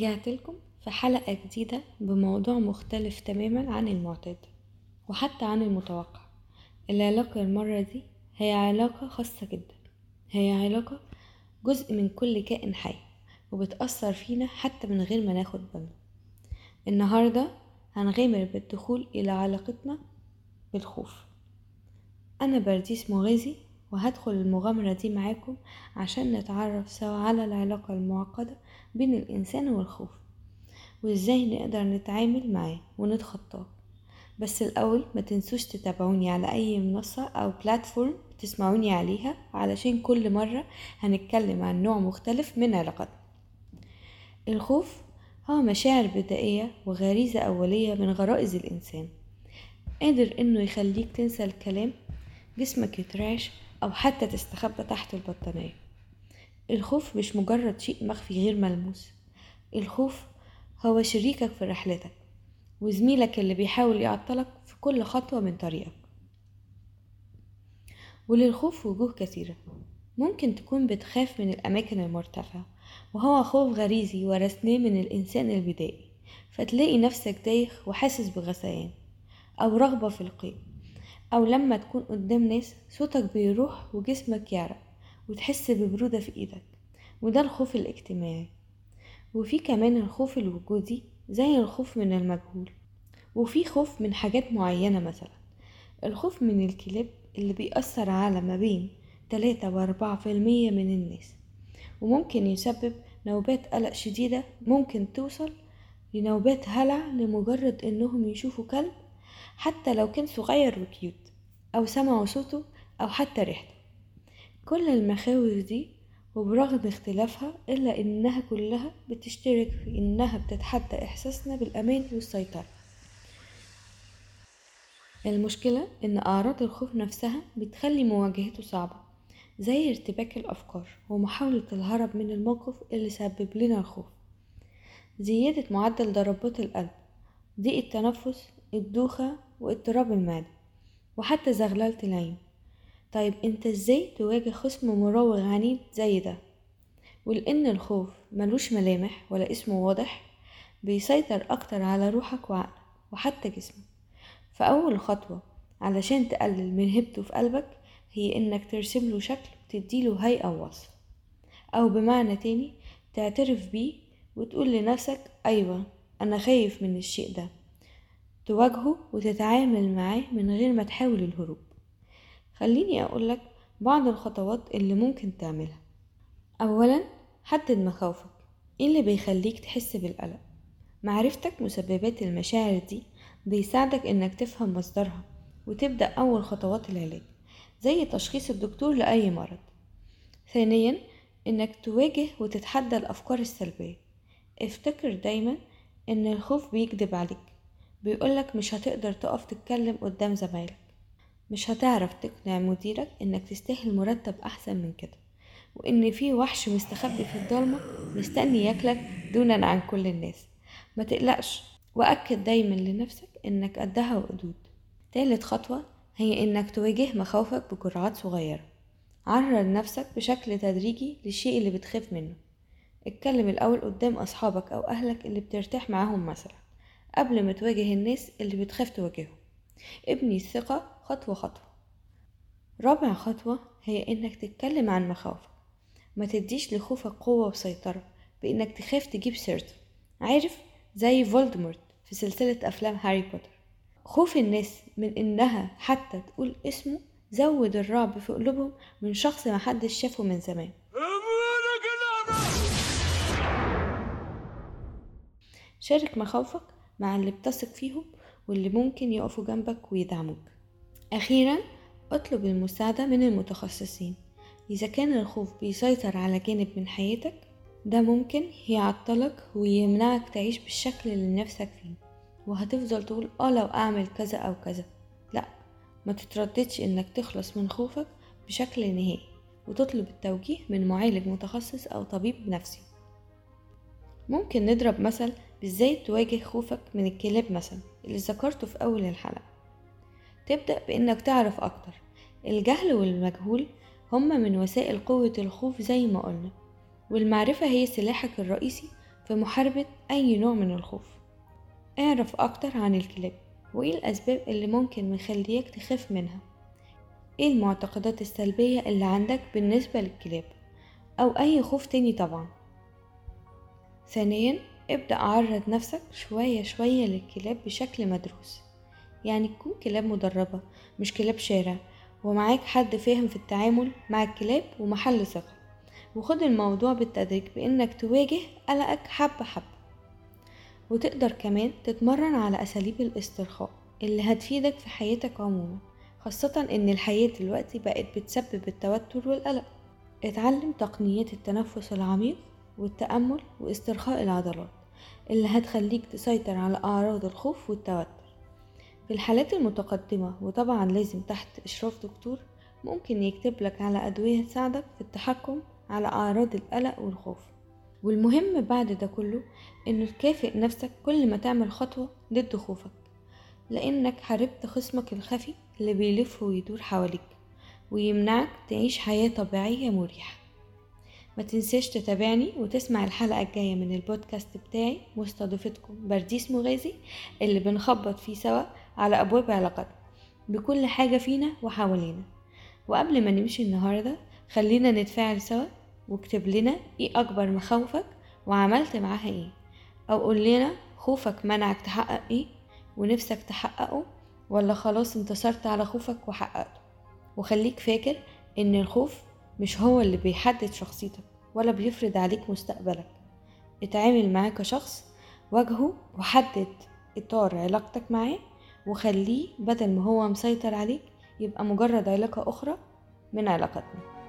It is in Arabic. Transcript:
رجعت لكم في حلقة جديدة بموضوع مختلف تماما عن المعتاد وحتى عن المتوقع. العلاقة المرة دي هي علاقة خاصة جدا، هي علاقة جزء من كل كائن حي وبتأثر فينا حتى من غير ما ناخد بالنا. النهاردة هنغامر بالدخول إلى علاقتنا بالخوف. أنا برديس مغازي وهدخل المغامرة دي معاكم عشان نتعرف سوا على العلاقة المعقدة بين الإنسان والخوف وإزاي نقدر نتعامل معاه ونتخطاه. بس الأول ما تنسوش تتابعوني على أي منصة أو بلاتفورم تسمعوني عليها، علشان كل مرة هنتكلم عن نوع مختلف من علاقتنا. الخوف هو مشاعر بدائية وغريزة أولية من غرائز الإنسان، قادر إنه يخليك تنسى الكلام، جسمك يترعش، أو حتى تستخبى تحت البطانية. الخوف مش مجرد شيء مخفي غير ملموس، الخوف هو شريكك في رحلتك وزميلك اللي بيحاول يعطلك في كل خطوة من طريقك. وللخوف وجوه كثيرة، ممكن تكون بتخاف من الأماكن المرتفعة وهو خوف غريزي ورثناه من الإنسان البدائي، فتلاقي نفسك دايخ وحاسس بغثيان أو رغبة في القيء، أو لما تكون قدام ناس صوتك بيروح وجسمك يعرق وتحس ببرودة في إيدك، وده الخوف الاجتماعي. وفي كمان الخوف الوجودي زي الخوف من المجهول، وفي خوف من حاجات معينة، مثلا الخوف من الكلاب اللي بيأثر على ما بين 3 و4% من الناس، وممكن يسبب نوبات قلق شديدة ممكن توصل لنوبات هلع لمجرد انهم يشوفوا كلب حتى لو كان صغير وكيوت، او سمعوا صوته او حتى ريحته. كل المخاوف دي وبرغم اختلافها إلا إنها كلها بتشترك في إنها بتتحدى إحساسنا بالأمان والسيطرة. المشكلة إن أعراض الخوف نفسها بتخلي مواجهته صعبة، زي ارتباك الأفكار ومحاولة الهرب من الموقف اللي سبب لنا الخوف، زيادة معدل ضربات القلب، ضيق التنفس، الدوخة واضطراب المعدة، وحتى زغللة العين. طيب انت ازاي تواجه خصم مراوغ عنيد زي ده؟ ولأن الخوف ملوش ملامح ولا اسمه واضح، بيسيطر أكتر على روحك وعقلك وحتى جسمك. فأول خطوة علشان تقلل من هيبته في قلبك هي إنك ترسمله شكل وتديله هيئة ووصف، أو بمعنى تاني تعترف بيه وتقول لنفسك أيوة أنا خايف من الشيء ده، تواجهه وتتعامل معاه من غير ما تحاول الهروب. خليني أقولك بعض الخطوات اللي ممكن تعملها. أولا، حدد مخاوفك. ايه اللي بيخليك تحس بالقلق؟ معرفتك مسببات المشاعر دي بيساعدك انك تفهم مصدرها وتبدأ أول خطوات العلاج، زي تشخيص الدكتور لأي مرض. ثانيا، انك تواجه وتتحدى الأفكار السلبية. افتكر دايما ان الخوف بيكذب عليك، بيقولك مش هتقدر تقف تتكلم قدام زمايلك، مش هتعرف تقنع مديرك انك تستاهل مرتب احسن من كده، وان في وحش مستخبي في الضلمة مستني ياكلك دونا عن كل الناس. ما تقلقش، وأكد دايما لنفسك انك قدها وقدود. تالت خطوة هي انك تواجه مخاوفك بجرعات صغيرة. عرض نفسك بشكل تدريجي للشيء اللي بتخاف منه. اتكلم الأول قدام أصحابك أو أهلك اللي بترتاح معاهم مثلا، قبل ما تواجه الناس اللي بتخاف تواجههم. ابني الثقة خطوة خطوة. رابع خطوة هي انك تتكلم عن مخاوفك. ما تديش لخوفك قوة وسيطرة بانك تخاف تجيب سيرته، عارف، زي فولدمورت في سلسلة افلام هاري بوتر. خوف الناس من انها حتى تقول اسمه زود الرعب في قلوبهم من شخص محدش شافه من زمان. شارك مخاوفك مع اللي بتثق فيهم واللي ممكن يقفوا جنبك ويدعموك. أخيرا، اطلب المساعدة من المتخصصين. إذا كان الخوف بيسيطر على جانب من حياتك، ده ممكن يعطلك ويمنعك تعيش بالشكل اللي نفسك فيه، وهتفضل تقول لو أعمل كذا أو كذا. لا، ما تترددش إنك تخلص من خوفك بشكل نهائي وتطلب التوجيه من معالج متخصص أو طبيب نفسي. ممكن نضرب مثل بإزاي تواجه خوفك من الكلاب مثلا اللي ذكرته في أول الحلقة. تبدأ بإنك تعرف أكتر. الجهل والمجهول هما من وسائل قوة الخوف زي ما قلنا، والمعرفة هي سلاحك الرئيسي في محاربة أي نوع من الخوف. اعرف أكتر عن الكلاب، وإيه الأسباب اللي ممكن مخليك تخاف منها، إيه المعتقدات السلبية اللي عندك بالنسبة للكلاب أو أي خوف تاني طبعا. ثانيا، ابدأ عرض نفسك شوية شوية للكلاب بشكل مدروس، يعني تكون كلاب مدربة مش كلاب شارع، ومعاك حد فاهم في التعامل مع الكلاب ومحل ثقة. وخد الموضوع بالتدريج بإنك تواجه قلقك حبة حبة. وتقدر كمان تتمرن على أساليب الاسترخاء اللي هتفيدك في حياتك عموما، خاصة إن الحياة دلوقتي بقت بتسبب التوتر والقلق. اتعلم تقنيات التنفس العميق والتأمل واسترخاء العضلات اللي هتخليك تسيطر على أعراض الخوف والتوتر. في الحالات المتقدمة وطبعا لازم تحت إشراف دكتور، ممكن يكتب لك على أدوية تساعدك في التحكم على أعراض القلق والخوف. والمهم بعد ده كله إنه تكافئ نفسك كل ما تعمل خطوة ضد خوفك، لأنك حاربت خصمك الخفي اللي بيلف ويدور حواليك ويمنعك تعيش حياة طبيعية مريحة. ما تنساش تتابعني وتسمع الحلقة الجاية من البودكاست بتاعي مستضيفتكم برديس مغازي، اللي بنخبط فيه سوا على أبواب علاقتنا بكل حاجة فينا وحوالينا. وقبل ما نمشي النهاردة، خلينا نتفاعل سوا، واكتب لنا ايه أكبر مخاوفك وعملت معاها ايه، أو قول لنا خوفك منعك تحقق ايه ونفسك تحققه، ولا خلاص انتصرت على خوفك وحققته. وخليك فاكر ان الخوف مش هو اللي بيحدد شخصيتك ولا بيفرض عليك مستقبلك. اتعامل معاه كشخص، واجهه وحدد اطار علاقتك معاه، وخليه بدل ما هو مسيطر عليك يبقى مجرد علاقة اخرى من علاقتنا.